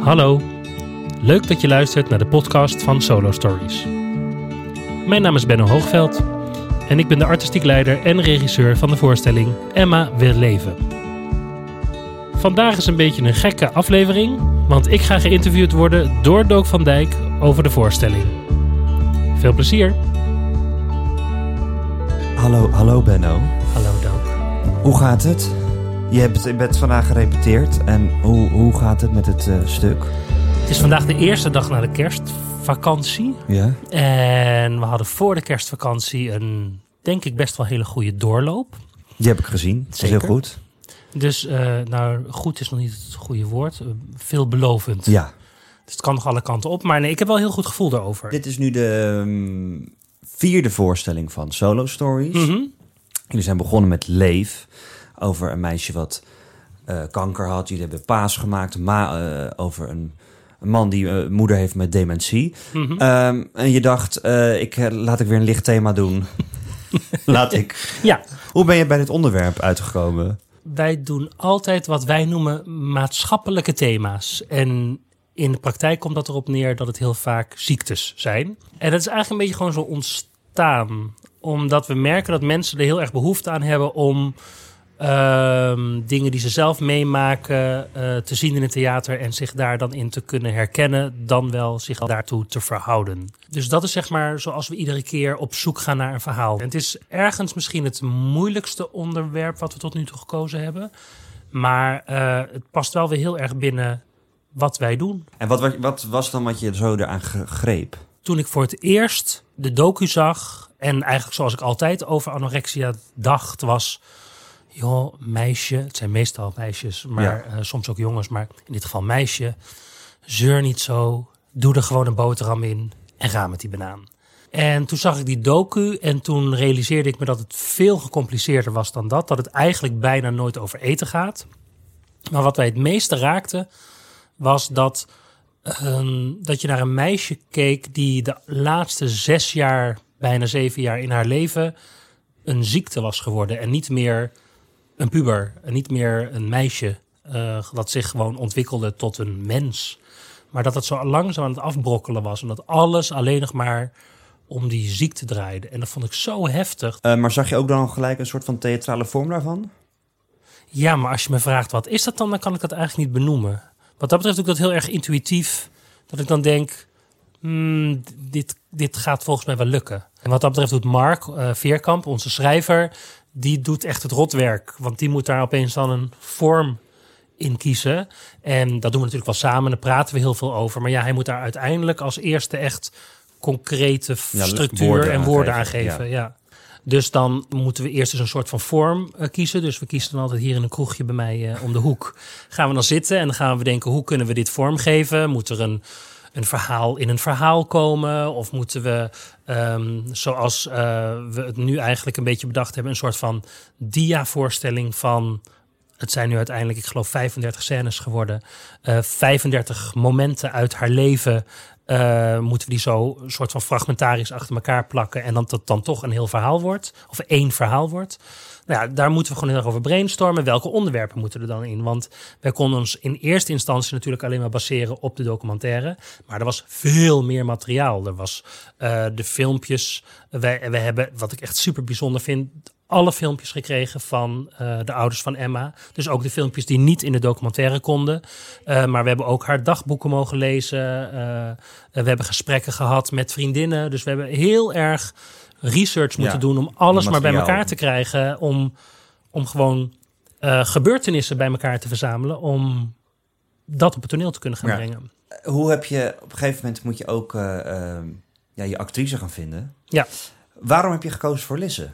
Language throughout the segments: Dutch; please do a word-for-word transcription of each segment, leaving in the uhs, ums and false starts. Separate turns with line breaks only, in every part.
Hallo, leuk dat je luistert naar de podcast van Solo Stories. Mijn naam is Benno Hoogveld en ik ben de artistiek leider en regisseur van de voorstelling Emma wil leven. Vandaag is een beetje een gekke aflevering, want ik ga geïnterviewd worden door Dook van Dijk over de voorstelling. Veel plezier!
Hallo, hallo Benno.
Hallo Dook.
Hoe gaat het? Je hebt, je bent vandaag gerepeteerd en hoe, hoe gaat het met het uh, stuk?
Het is vandaag de eerste dag na de kerstvakantie.
Ja.
En we hadden voor de kerstvakantie een, denk ik, best wel hele goede doorloop.
Die heb ik gezien. Dat is heel goed.
Dus, uh, nou, goed is nog niet het goede woord. Uh, veelbelovend.
Ja.
Dus het kan nog alle kanten op. Maar nee, ik heb wel een heel goed gevoel daarover.
Dit is nu de um, vierde voorstelling van Solo Stories.
Mm-hmm.
Jullie zijn begonnen met Leef. Over een meisje wat uh, kanker had. Jullie hebben Paas gemaakt. Ma- uh, over een, een man die uh, moeder heeft met dementie.
Mm-hmm.
Um, en je dacht, uh, ik, uh, laat ik weer een licht thema doen. Laat ik.
Ja.
Hoe ben je bij dit onderwerp uitgekomen?
Wij doen altijd wat wij noemen maatschappelijke thema's. En in de praktijk komt dat erop neer dat het heel vaak ziektes zijn. En dat is eigenlijk een beetje gewoon zo ontstaan. Omdat we merken dat mensen er heel erg behoefte aan hebben om Uh, dingen die ze zelf meemaken uh, te zien in het theater en zich daar dan in te kunnen herkennen, dan wel zich daartoe te verhouden. Dus dat is zeg maar zoals we iedere keer op zoek gaan naar een verhaal. En het is ergens misschien het moeilijkste onderwerp wat we tot nu toe gekozen hebben. Maar uh, het past wel weer heel erg binnen wat wij doen.
En wat, wat, wat was dan wat je zo eraan greep?
Toen ik voor het eerst de docu zag en eigenlijk zoals ik altijd over anorexia dacht was, joh, meisje, het zijn meestal meisjes, maar ja. uh, soms ook jongens, maar in dit geval meisje, zeur niet zo, doe er gewoon een boterham in en ga met die banaan. En toen zag ik die docu en toen realiseerde ik me dat het veel gecompliceerder was dan dat, dat het eigenlijk bijna nooit over eten gaat. Maar wat wij het meeste raakten, was dat, um, dat je naar een meisje keek die de laatste zes jaar, bijna zeven jaar in haar leven een ziekte was geworden en niet meer een puber en niet meer een meisje uh, dat zich gewoon ontwikkelde tot een mens. Maar dat het zo langzaam aan het afbrokkelen was en dat alles alleen nog maar om die ziekte draaide. En dat vond ik zo heftig.
Uh, maar zag je ook dan gelijk een soort van theatrale vorm daarvan?
Ja, maar als je me vraagt wat is dat dan, dan kan ik dat eigenlijk niet benoemen. Wat dat betreft doe ik dat heel erg intuïtief. Dat ik dan denk, hmm, dit, dit gaat volgens mij wel lukken. En wat dat betreft doet Mark uh, Veerkamp, onze schrijver, die doet echt het rotwerk. Want die moet daar opeens dan een vorm in kiezen. En dat doen we natuurlijk wel samen. Daar praten we heel veel over. Maar ja, hij moet daar uiteindelijk als eerste echt concrete ja, structuur woorden en woorden aangeven. aangeven ja. Ja. Dus dan moeten we eerst eens een soort van vorm uh, kiezen. Dus we kiezen dan altijd hier in een kroegje bij mij uh, om de hoek. Gaan we dan zitten en dan gaan we denken, hoe kunnen we dit vormgeven? Moet er een een verhaal in een verhaal komen? Of moeten we, um, zoals uh, we het nu eigenlijk een beetje bedacht hebben, een soort van dia-voorstelling van, het zijn nu uiteindelijk, ik geloof, vijfendertig scènes geworden. Uh, vijfendertig momenten uit haar leven. Uh, moeten we die zo een soort van fragmentarisch achter elkaar plakken en dan dat het dan toch een heel verhaal wordt? Of één verhaal wordt? Nou ja, daar moeten we gewoon heel erg over brainstormen. Welke onderwerpen moeten er dan in? Want wij konden ons in eerste instantie natuurlijk alleen maar baseren op de documentaire. Maar er was veel meer materiaal. Er was uh, de filmpjes. Wij, wij hebben, wat ik echt super bijzonder vind, alle filmpjes gekregen van uh, de ouders van Emma. Dus ook de filmpjes die niet in de documentaire konden. Uh, maar we hebben ook haar dagboeken mogen lezen. Uh, uh, we hebben gesprekken gehad met vriendinnen. Dus we hebben heel erg research moeten ja, doen om alles maar bij elkaar te krijgen. Om, om gewoon uh, gebeurtenissen bij elkaar te verzamelen. Om dat op het toneel te kunnen gaan ja. brengen.
Hoe heb je, op een gegeven moment moet je ook uh, uh, ja, je actrice gaan vinden.
Ja.
Waarom heb je gekozen voor Lisse?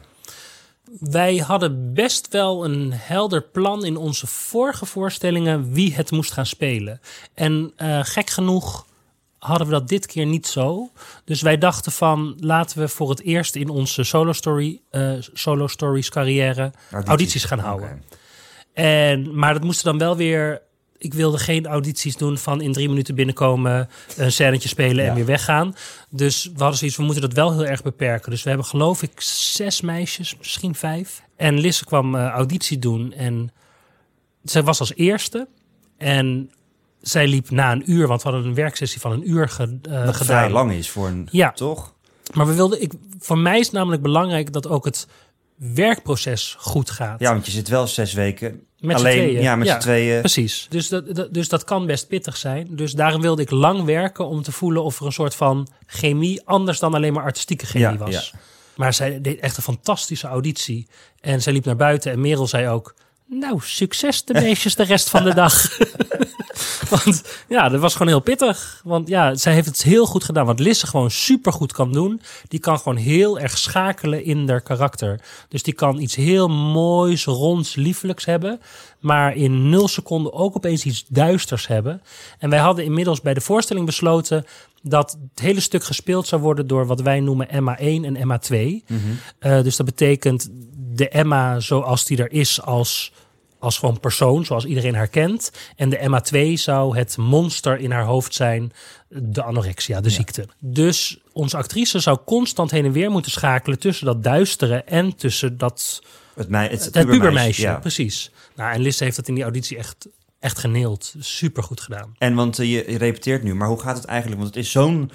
Wij hadden best wel een helder plan in onze vorige voorstellingen wie het moest gaan spelen. En uh, gek genoeg hadden we dat dit keer niet zo. Dus wij dachten van, laten we voor het eerst in onze Solo, story, uh, solo Stories carrière audities, audities gaan houden. Okay. En, maar dat moesten dan wel weer, ik wilde geen audities doen van in drie minuten binnenkomen, een scènetje spelen ja. en weer weggaan. Dus we hadden zoiets, we moeten dat wel heel erg beperken. Dus we hebben geloof ik zes meisjes, misschien vijf. En Lisse kwam uh, auditie doen en zij was als eerste. En zij liep na een uur, want we hadden een werksessie van een uur ge, uh,
Wat
gedaan.
vrij lang is voor een...
Ja.
Toch?
Maar we wilden, ik, voor mij is het namelijk belangrijk dat ook het werkproces goed gaat.
Ja, want je zit wel zes weken
Met z'n
alleen.
tweeën.
Ja, met
Ja,
z'n tweeën.
Precies. Dus dat, dat, dus dat kan best pittig zijn. Dus daarom wilde ik lang werken om te voelen of er een soort van chemie, anders dan alleen maar artistieke chemie
Ja,
was.
ja.
Maar zij deed echt een fantastische auditie. En zij liep naar buiten en Merel zei ook, nou, succes de meisjes de rest van de dag. Want ja, dat was gewoon heel pittig. Want ja, zij heeft het heel goed gedaan. Want Lisse gewoon supergoed kan doen. Die kan gewoon heel erg schakelen in haar karakter. Dus die kan iets heel moois, ronds, liefelijks hebben. Maar in nul seconden ook opeens iets duisters hebben. En wij hadden inmiddels bij de voorstelling besloten dat het hele stuk gespeeld zou worden door wat wij noemen Emma één en Emma twee.
Mm-hmm.
Uh, dus dat betekent de Emma zoals die er is als, als gewoon persoon, zoals iedereen haar kent. En de Emma twee zou het monster in haar hoofd zijn, de anorexia, de
Ja.
ziekte. Dus onze actrice zou constant heen en weer moeten schakelen tussen dat duistere en tussen dat...
Het, mei, het,
Het, het pubermeisje,
ja.
precies. Nou, en Lisse heeft dat in die auditie echt, echt geneeld. Super goed gedaan.
En want uh, je, je repeteert nu, maar hoe gaat het eigenlijk? Want het is zo'n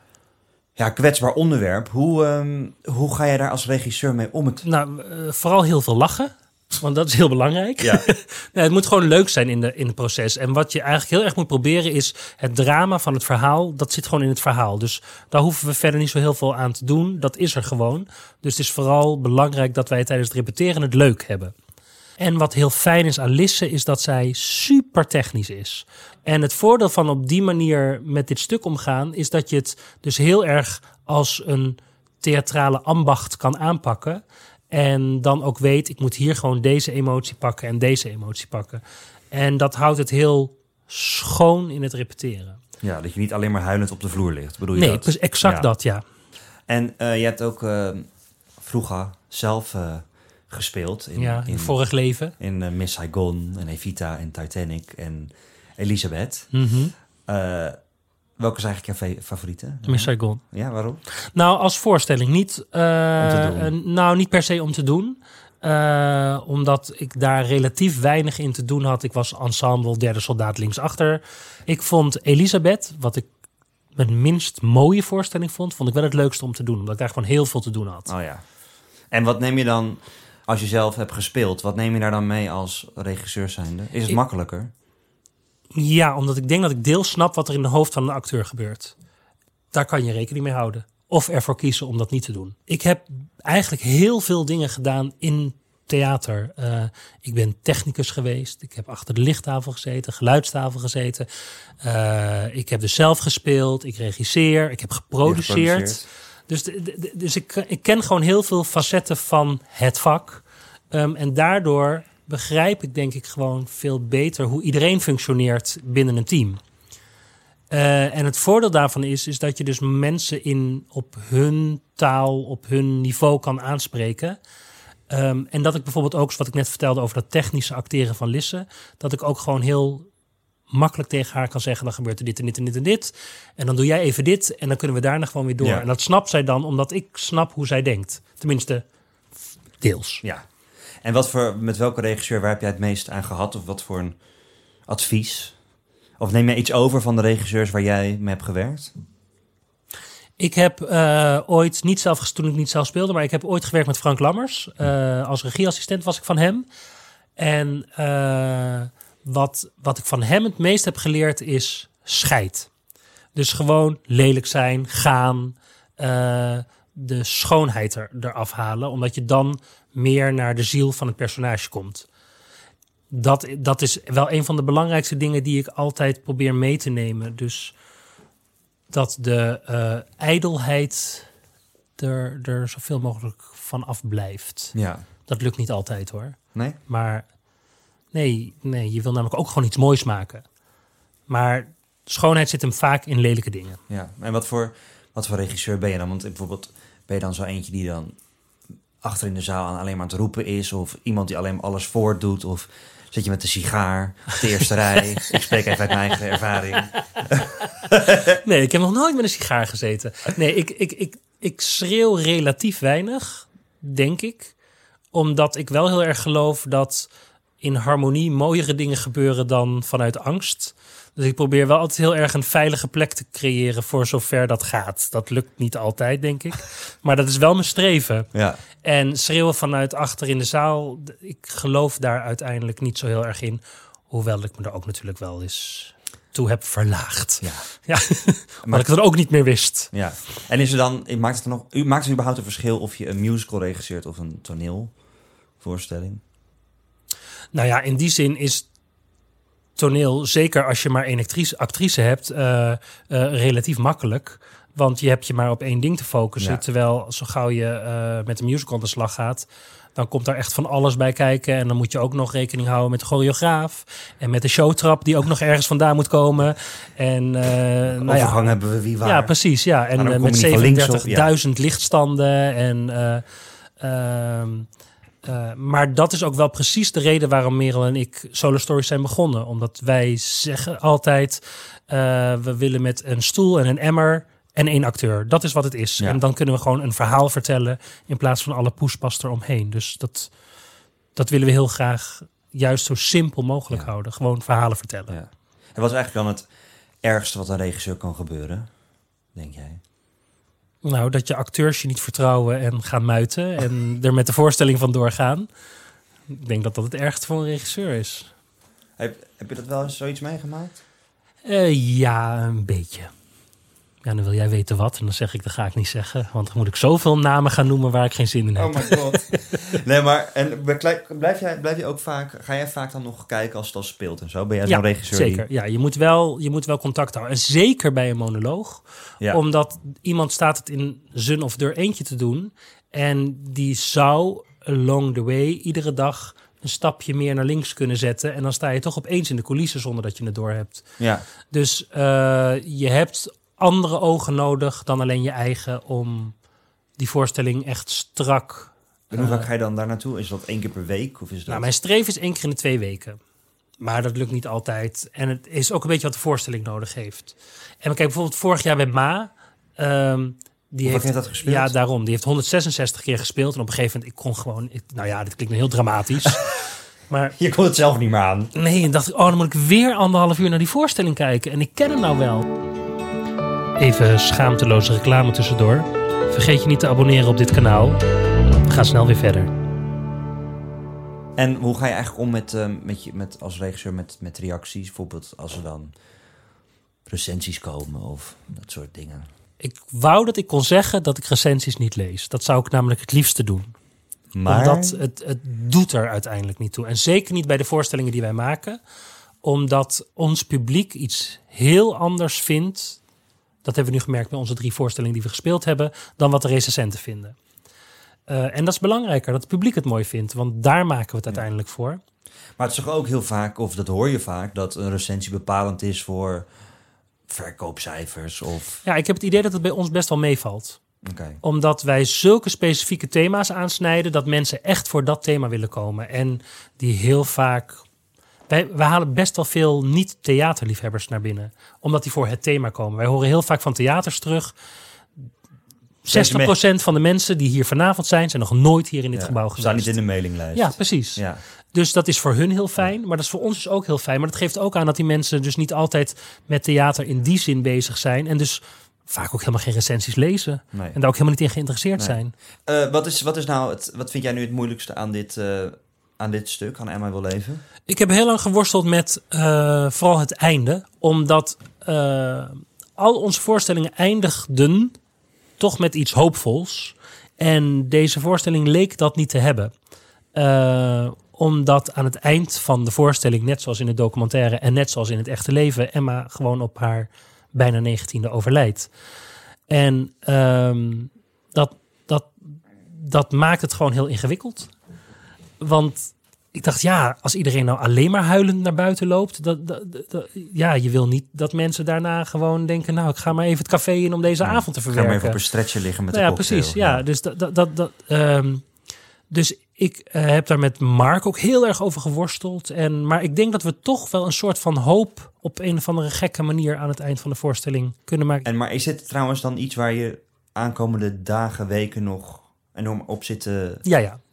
ja, kwetsbaar onderwerp. Hoe, um, hoe ga jij daar als regisseur mee om? Het...
Nou, uh, vooral heel veel lachen. Want dat is heel belangrijk.
Ja.
Nee, het moet gewoon leuk zijn in, de, in het proces. En wat je eigenlijk heel erg moet proberen is het drama van het verhaal. Dat zit gewoon in het verhaal. Dus daar hoeven we verder niet zo heel veel aan te doen. Dat is er gewoon. Dus het is vooral belangrijk dat wij tijdens het repeteren het leuk hebben. En wat heel fijn is aan Lisse is dat zij super technisch is. En het voordeel van op die manier met dit stuk omgaan is dat je het dus heel erg als een theatrale ambacht kan aanpakken. En dan ook weet, ik moet hier gewoon deze emotie pakken en deze emotie pakken. En dat houdt het heel schoon in het repeteren.
Ja, dat je niet alleen maar huilend op de vloer ligt. Bedoel je
Nee,
dat?
dus exact
Ja.
dat, ja.
En uh, je hebt ook uh, vroeger zelf uh, gespeeld. In,
ja, in,
in
vorig leven.
In uh, Miss Saigon en Evita en Titanic en Elisabeth.
Mm-hmm.
Uh, welke is eigenlijk jouw favoriete?
Miss Saigon.
Ja, waarom?
Nou, als voorstelling niet. Uh,
om te doen.
Uh, nou, niet per se om te doen. Uh, omdat ik daar relatief weinig in te doen had. Ik was ensemble derde soldaat linksachter. Ik vond Elisabeth, wat ik mijn minst mooie voorstelling vond, vond ik wel het leukste om te doen. Omdat ik daar gewoon heel veel te doen had.
Oh ja. En wat neem je dan, als je zelf hebt gespeeld, wat neem je daar dan mee als regisseur zijnde? Is het
ik,
makkelijker?
Ja, omdat ik denk dat ik deels snap wat er in de hoofd van een acteur gebeurt. Daar kan je rekening mee houden. Of ervoor kiezen om dat niet te doen. Ik heb eigenlijk heel veel dingen gedaan in theater. Uh, ik ben technicus geweest. Ik heb achter de lichttafel gezeten, geluidstafel gezeten. Uh, ik heb dus zelf gespeeld. Ik regisseer. Ik heb geproduceerd. Dus, de, de, dus ik, ik ken gewoon heel veel facetten van het vak. Um, en daardoor begrijp ik denk ik gewoon veel beter hoe iedereen functioneert binnen een team. Uh, en het voordeel daarvan is, is dat je dus mensen in, op hun taal, op hun niveau kan aanspreken. Um, en dat ik bijvoorbeeld ook, wat ik net vertelde over dat technische acteren van Lisse, dat ik ook gewoon heel makkelijk tegen haar kan zeggen, dan gebeurt er dit en dit en dit en dit. En dan doe jij even dit en dan kunnen we daarna gewoon weer door. Ja. En dat snapt zij dan, omdat ik snap hoe zij denkt. Tenminste, deels.
Ja. En wat voor, met welke regisseur, waar heb jij het meest aan gehad? Of wat voor een advies? Of neem jij iets over van de regisseurs waar jij mee hebt gewerkt?
Ik heb uh, ooit, niet zelf, toen ik niet zelf speelde, maar ik heb ooit gewerkt met Frank Lammers. Uh, als regieassistent was ik van hem. En uh, wat, wat ik van hem het meest heb geleerd is scheid. Dus gewoon lelijk zijn, gaan, uh, de schoonheid er, eraf halen. Omdat je dan meer naar de ziel van het personage komt. Dat, dat is wel een van de belangrijkste dingen die ik altijd probeer mee te nemen. Dus dat de uh, ijdelheid er, er zoveel mogelijk van af blijft.
Ja.
Dat lukt niet altijd hoor.
Nee?
Maar nee, nee, je wil namelijk ook gewoon iets moois maken. Maar schoonheid zit hem vaak in lelijke dingen.
Ja, en wat voor, wat voor regisseur ben je dan? Want bijvoorbeeld ben je dan zo eentje die dan achter in de zaal aan alleen maar aan het roepen is, of iemand die alleen maar alles voordoet, of zit je met de sigaar op de eerste rij? Ik spreek even uit mijn eigen ervaring.
Nee, ik heb nog nooit met een sigaar gezeten. Nee, ik, ik, ik, ik schreeuw relatief weinig, denk ik. Omdat ik wel heel erg geloof dat in harmonie mooiere dingen gebeuren dan vanuit angst. Dus ik probeer wel altijd heel erg een veilige plek te creëren voor zover dat gaat. Dat lukt niet altijd, denk ik. Maar dat is wel mijn streven.
Ja.
En schreeuwen vanuit achter in de zaal, ik geloof daar uiteindelijk niet zo heel erg in. Hoewel ik me er ook natuurlijk wel eens toe heb verlaagd. Ja. Ja. Maar ik het dan ook niet meer wist.
Ja. En is er dan, maakt het, er nog, maakt het überhaupt een verschil of je een musical regisseert of een toneelvoorstelling?
Nou ja, in die zin is toneel, zeker als je maar één actrice, actrice hebt, uh, uh, relatief makkelijk. Want je hebt je maar op één ding te focussen. Ja. Terwijl zo gauw je uh, met een musical aan de slag gaat, dan komt daar echt van alles bij kijken. En dan moet je ook nog rekening houden met de choreograaf. En met de showtrap die ook nog ergens vandaan moet komen. En, uh, nou
overgang
ja,
hebben we wie waar.
Ja, precies. Ja. En uh, met zevenendertigduizend ja. lichtstanden. En, uh, uh, uh, maar dat is ook wel precies de reden waarom Merel en ik Solo Stories zijn begonnen. Omdat wij zeggen altijd, uh, we willen met een stoel en een emmer en één acteur. Dat is wat het is. Ja. En dan kunnen we gewoon een verhaal vertellen in plaats van alle poespas eromheen. Dus dat, dat willen we heel graag juist zo simpel mogelijk ja. houden. Gewoon verhalen vertellen. Ja.
En wat is eigenlijk dan het ergste wat een regisseur kan gebeuren, denk jij?
Nou, dat je acteurs je niet vertrouwen en gaan muiten en er met de voorstelling van doorgaan. Ik denk dat dat het ergste voor een regisseur is.
Heb, heb je dat wel eens zoiets meegemaakt?
Uh, ja, een beetje. Ja, dan wil jij weten wat. En dan zeg ik, dat ga ik niet zeggen. Want dan moet ik zoveel namen gaan noemen waar ik geen zin in heb.
Oh my god. Nee, maar en blijf jij, blijf je ook vaak, ga jij vaak dan nog kijken als het al speelt en zo? Ben jij
ja,
zo'n regisseur?
Zeker. Die... Ja, je moet, wel, je moet wel contact houden. En zeker bij een monoloog. Ja. Omdat iemand staat het in zijn of deur eentje te doen. En die zou along the way iedere dag een stapje meer naar links kunnen zetten. En dan sta je toch opeens in de coulissen zonder dat je het door hebt.
Ja.
Dus uh, je hebt andere ogen nodig dan alleen je eigen om die voorstelling echt strak.
En hoe vaak ga je dan daar naartoe? Is dat één keer per week? Of is dat...
Nou, mijn streven is één keer in de twee weken. Maar dat lukt niet altijd. En het is ook een beetje wat de voorstelling nodig heeft. En kijk, bijvoorbeeld vorig jaar bij Ma. Um, die
Hoe
heeft,
heeft dat gespeeld?
Ja, daarom. Die heeft honderdzesenzestig keer gespeeld. En op een gegeven moment, ik kon gewoon... Ik, nou ja, dit klinkt heel dramatisch. Maar
je kon het zelf niet meer aan.
Nee, en dacht ik, oh, dan moet ik weer anderhalf uur naar die voorstelling kijken. En ik ken hem nou wel. Even schaamteloze reclame tussendoor. Vergeet je niet te abonneren op dit kanaal. Ga snel weer verder.
En hoe ga je eigenlijk om met, uh, met, je, met als regisseur met, met reacties? Bijvoorbeeld als er dan recensies komen of dat soort dingen.
Ik wou dat ik kon zeggen dat ik recensies niet lees. Dat zou ik namelijk het liefste doen.
Maar...
Omdat het, het doet er uiteindelijk niet toe. En zeker niet bij de voorstellingen die wij maken. Omdat ons publiek iets heel anders vindt. Dat hebben we nu gemerkt bij onze drie voorstellingen die we gespeeld hebben, dan wat de recensenten vinden. Uh, en dat is belangrijker, dat het publiek het mooi vindt. Want daar maken we het uiteindelijk ja. voor.
Maar het is toch ook heel vaak, of dat hoor je vaak, dat een recensie bepalend is voor verkoopcijfers of...
Ja, ik heb het idee dat het bij ons best wel meevalt.
Okay.
Omdat wij zulke specifieke thema's aansnijden dat mensen echt voor dat thema willen komen. En die heel vaak... Wij, wij halen best wel veel niet-theaterliefhebbers naar binnen. Omdat die voor het thema komen. Wij horen heel vaak van theaters terug. zestig procent van de mensen die hier vanavond zijn, zijn nog nooit hier in dit
ja,
gebouw geweest.
Staan niet in de mailinglijst.
Ja, precies.
Ja.
Dus dat is voor hun heel fijn. Maar dat is voor ons dus ook heel fijn. Maar dat geeft ook aan dat die mensen dus niet altijd met theater in die zin bezig zijn. En dus vaak ook helemaal geen recensies lezen. Nee. En daar ook helemaal niet in geïnteresseerd nee. zijn.
Uh, wat, is, wat is nou het, wat vind jij nu het moeilijkste aan dit... Uh... aan dit stuk, aan Emma wil leven?
Ik heb heel lang geworsteld met uh, vooral het einde. Omdat uh, al onze voorstellingen eindigden toch met iets hoopvols. En deze voorstelling leek dat niet te hebben. Uh, omdat aan het eind van de voorstelling, net zoals in de documentaire en net zoals in het echte leven, Emma gewoon op haar bijna negentiende overlijdt. En um, dat, dat, dat maakt het gewoon heel ingewikkeld. Want ik dacht, ja, als iedereen nou alleen maar huilend naar buiten loopt... Dat, dat, dat, ja, je wil niet dat mensen daarna gewoon denken... nou, ik ga maar even het café in om deze ja, avond te verwerken.
Ga maar even op een stretcher liggen met
nou,
de
ja,
cocktail.
Precies, ja. ja. Dus, dat, dat, dat, dat, um, dus ik uh, heb daar met Mark ook heel erg over geworsteld. En, maar ik denk dat we toch wel een soort van hoop... op een of andere gekke manier aan het eind van de voorstelling kunnen maken.
En maar is dit trouwens dan iets waar je aankomende dagen, weken nog enorm op zit te...
Ja, ja, ja.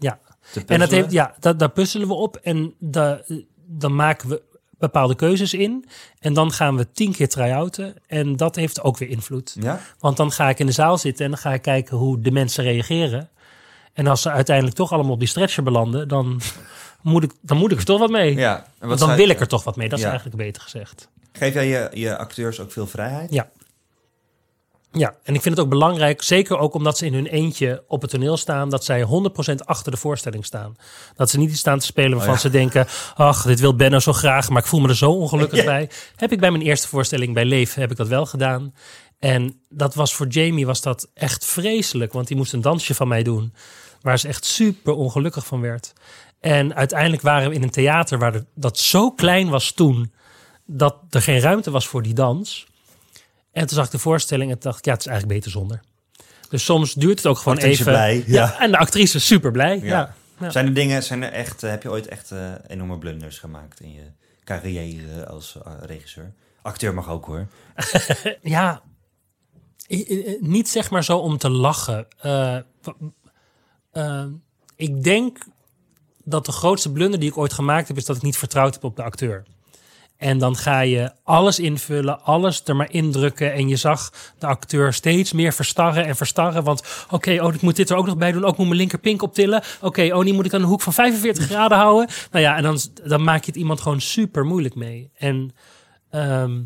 En dat heeft, ja, dat, daar puzzelen we op. En da, dan maken we bepaalde keuzes in. En dan gaan we tien keer try-outen. En dat heeft ook weer invloed.
Ja?
Want dan ga ik in de zaal zitten en dan ga ik kijken hoe de mensen reageren. En als ze uiteindelijk toch allemaal op die stretcher belanden, dan moet ik, dan moet ik er toch wat mee.
Ja. En
wat
wat
dan
zou-
wil ik er toch wat mee. Dat is
Ja.
eigenlijk beter gezegd.
Geef jij je, je acteurs ook veel vrijheid?
Ja. Ja, en ik vind het ook belangrijk, zeker ook omdat ze in hun eentje op het toneel staan, dat zij honderd procent achter de voorstelling staan. Dat ze niet iets staan te spelen waarvan
Oh ja.
ze denken, ach, dit wil Benno zo graag, maar ik voel me er zo ongelukkig
Ja.
bij. Heb ik bij mijn eerste voorstelling bij Leef, heb ik dat wel gedaan. En dat was voor Jamie was dat echt vreselijk, want die moest een dansje van mij doen, waar ze echt super ongelukkig van werd. En uiteindelijk waren we in een theater waar de- dat zo klein was toen, dat er geen ruimte was voor die dans. En toen zag ik de voorstelling en dacht ik, ja, het is eigenlijk beter zonder. Dus soms duurt het ook gewoon
Actrice
even.
blij, ja.
En de actrice is super blij.
Ja.
Ja. Ja.
Zijn er dingen, zijn er echt, eh, heb je ooit echt eh, enorme blunders gemaakt in je carrière als eh, regisseur? Acteur mag ook hoor.
Ja, i- i- niet zeg maar zo om te lachen. Eh, w- eh, ik denk dat de grootste blunder die ik ooit gemaakt heb, is dat ik niet vertrouwd heb op de acteur. En dan ga je alles invullen, alles er maar indrukken. En je zag de acteur steeds meer verstarren en verstarren. Want oké, oh, ik moet dit er ook nog bij doen. Ook moet mijn linkerpink optillen. Oké, oh, die moet ik aan een hoek van vijfenveertig graden houden. Nou ja, en dan, dan maak je het iemand gewoon super moeilijk mee. En ehm,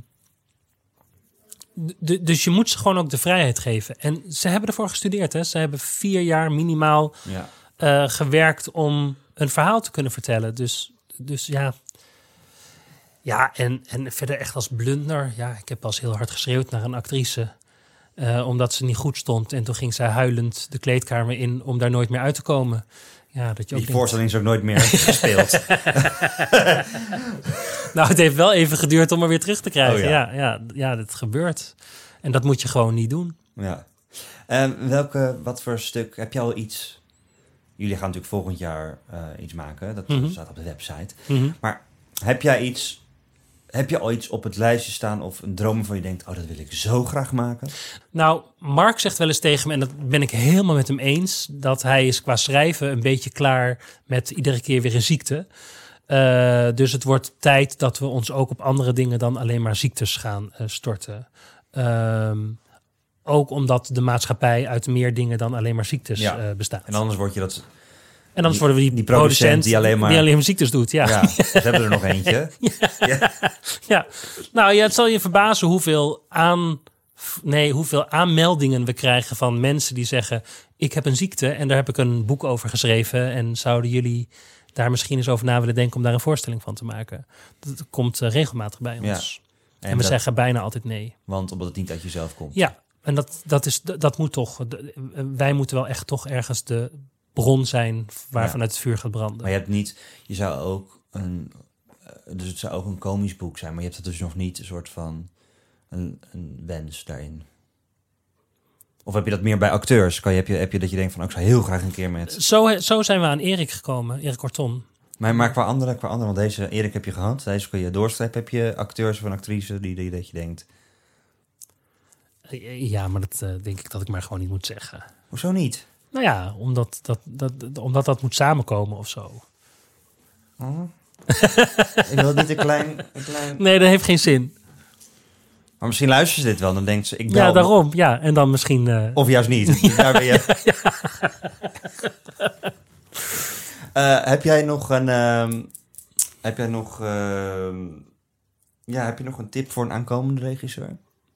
d- dus je moet ze gewoon ook de vrijheid geven. En ze hebben ervoor gestudeerd. Hè? Ze hebben vier jaar minimaal
Ja.
eh, gewerkt om een verhaal te kunnen vertellen. Dus, dus ja... Ja, en, en verder echt als blunder. Ja, ik heb pas heel hard geschreeuwd naar een actrice. eh, omdat ze niet goed stond. En toen ging zij huilend de kleedkamer in om daar nooit meer uit te komen. Ja, dat je ook
Die
denkt,
voorstelling is ook nooit meer gespeeld.
nou, het heeft wel even geduurd om er weer terug te krijgen.
Oh, ja.
ja. Ja, ja, dat gebeurt. En dat moet je gewoon niet doen.
Ja. En welke, wat voor stuk, heb je al iets... Jullie gaan natuurlijk volgend jaar eh, iets maken. Dat
Mhm.
staat op de website.
Mhm.
Maar heb jij iets... Heb je al iets op het lijstje staan of een droom waarvan je denkt... oh, dat wil ik zo graag maken?
Nou, Mark zegt wel eens tegen me, en dat ben ik helemaal met hem eens, dat hij is qua schrijven een beetje klaar met iedere keer weer een ziekte. Uh, dus het wordt tijd dat we ons ook op andere dingen dan alleen maar ziektes gaan uh, storten. Um, ook omdat de maatschappij uit meer dingen dan alleen maar ziektes
Ja.
uh, bestaat.
En anders word je dat...
En anders worden we die,
die
producent,
producent die alleen maar-
die alleen maar ziektes doet. Ja.
Ja, ze hebben er nog eentje. Ja.
Ja, nou ja, het zal je verbazen hoeveel, aan, nee, hoeveel aanmeldingen we krijgen van mensen die zeggen... ik heb een ziekte en daar heb ik een boek over geschreven... en zouden jullie daar misschien eens over na willen denken... om daar een voorstelling van te maken? Dat komt uh, regelmatig bij ons.
Ja.
En,
En
we
dat-
zeggen bijna altijd nee.
Want omdat het niet uit jezelf komt.
Ja, en dat, dat, is, dat moet toch... de- wij moeten wel echt toch ergens de bron zijn... waarvanuit het vuur gaat branden.
Maar je hebt niet... Je zou ook een... eh, Dus het zou ook een komisch boek zijn. Maar je hebt dat dus nog niet een soort van... Een, een wens daarin. Of heb je dat meer bij acteurs? Kan je, heb, je, heb je dat je denkt van... Oh, ik zou heel graag een keer met...
Zo, zo zijn we aan Erik gekomen, Erik Korton.
Maar, maar qua andere, qua andere... Want deze Erik heb je gehad. Deze kun je doorstrepen. Heb je acteurs of een actrice die, die dat je denkt...
Ja, maar dat uh, denk ik dat ik maar gewoon niet moet zeggen.
Hoezo niet?
Nou ja, omdat dat, dat, dat, omdat dat moet samenkomen of zo.
Oh. Ik wil niet een klein, een klein...
Nee, dat heeft geen zin.
Maar misschien luistert ze dit wel. Dan denkt ze... Ik bel
Ja, daarom. Ja, en dan misschien... Uh...
Of juist niet. Ja. Daar ben je... uh, heb jij nog een... Uh, heb jij nog... Uh, ja, heb je nog een tip voor een aankomende regisseur?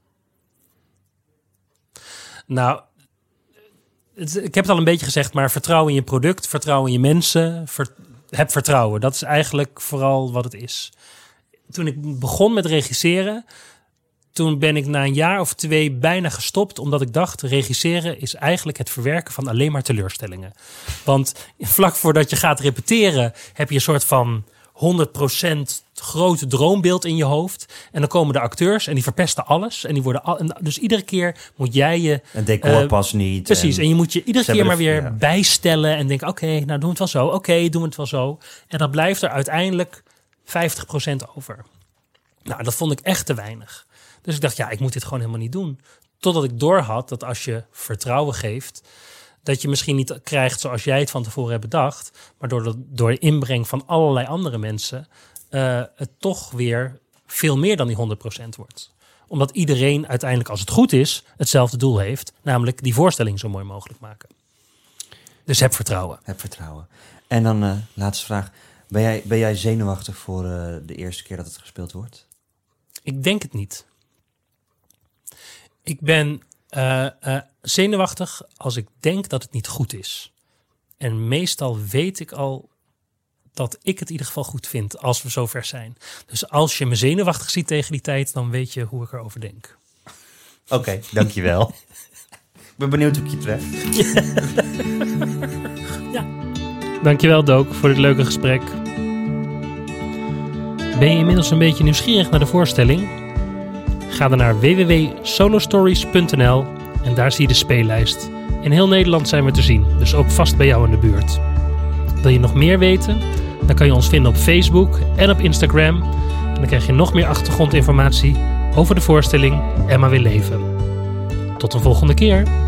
Nou, het, ik heb het al een beetje gezegd, maar vertrouw in je product, vertrouw in je mensen, ver, heb vertrouwen. Dat is eigenlijk vooral wat het is. Toen ik begon met regisseren, toen ben ik na een jaar of twee bijna gestopt, omdat ik dacht, regisseren is eigenlijk het verwerken van alleen maar teleurstellingen. Want vlak voordat je gaat repeteren, heb je een soort van honderd procent grote droombeeld in je hoofd. En dan komen de acteurs en die verpesten alles. En die worden al, en dus iedere keer moet jij je...
Een decor
uh,
past niet.
Precies, en, en je moet je iedere keer maar weer
ja.
bijstellen en denken, oké, okay, nou doen we het wel zo. Oké, okay, doen we het wel zo. En dan blijft er uiteindelijk vijftig procent over. Nou, dat vond ik echt te weinig. Dus ik dacht, ja, ik moet dit gewoon helemaal niet doen. Totdat ik doorhad dat als je vertrouwen geeft, dat je misschien niet krijgt zoals jij het van tevoren hebt bedacht, maar door de, door de inbreng van allerlei andere mensen uh, het toch weer veel meer dan die honderd procent wordt. Omdat iedereen uiteindelijk, als het goed is, hetzelfde doel heeft, namelijk die voorstelling zo mooi mogelijk maken. Dus heb vertrouwen.
Heb vertrouwen. En dan uh, laatste vraag. Ben jij, ben jij zenuwachtig voor uh, de eerste keer dat het gespeeld wordt?
Ik denk het niet. Ik ben uh, uh, zenuwachtig als ik denk dat het niet goed is. En meestal weet ik al dat ik het in ieder geval goed vind als we zover zijn. Dus als je me zenuwachtig ziet tegen die tijd, dan weet je hoe ik erover denk.
Oké, okay, dankjewel. Ik ben benieuwd hoe ik je tref.
Ja. Dankjewel, Dook, voor dit leuke gesprek. Ben je inmiddels een beetje nieuwsgierig naar de voorstelling? Ga dan naar w w w punt solostories punt n l en daar zie je de speellijst. In heel Nederland zijn we te zien, dus ook vast bij jou in de buurt. Wil je nog meer weten? Dan kan je ons vinden op Facebook en op Instagram. En dan krijg je nog meer achtergrondinformatie over de voorstelling Emma wil leven. Tot een volgende keer!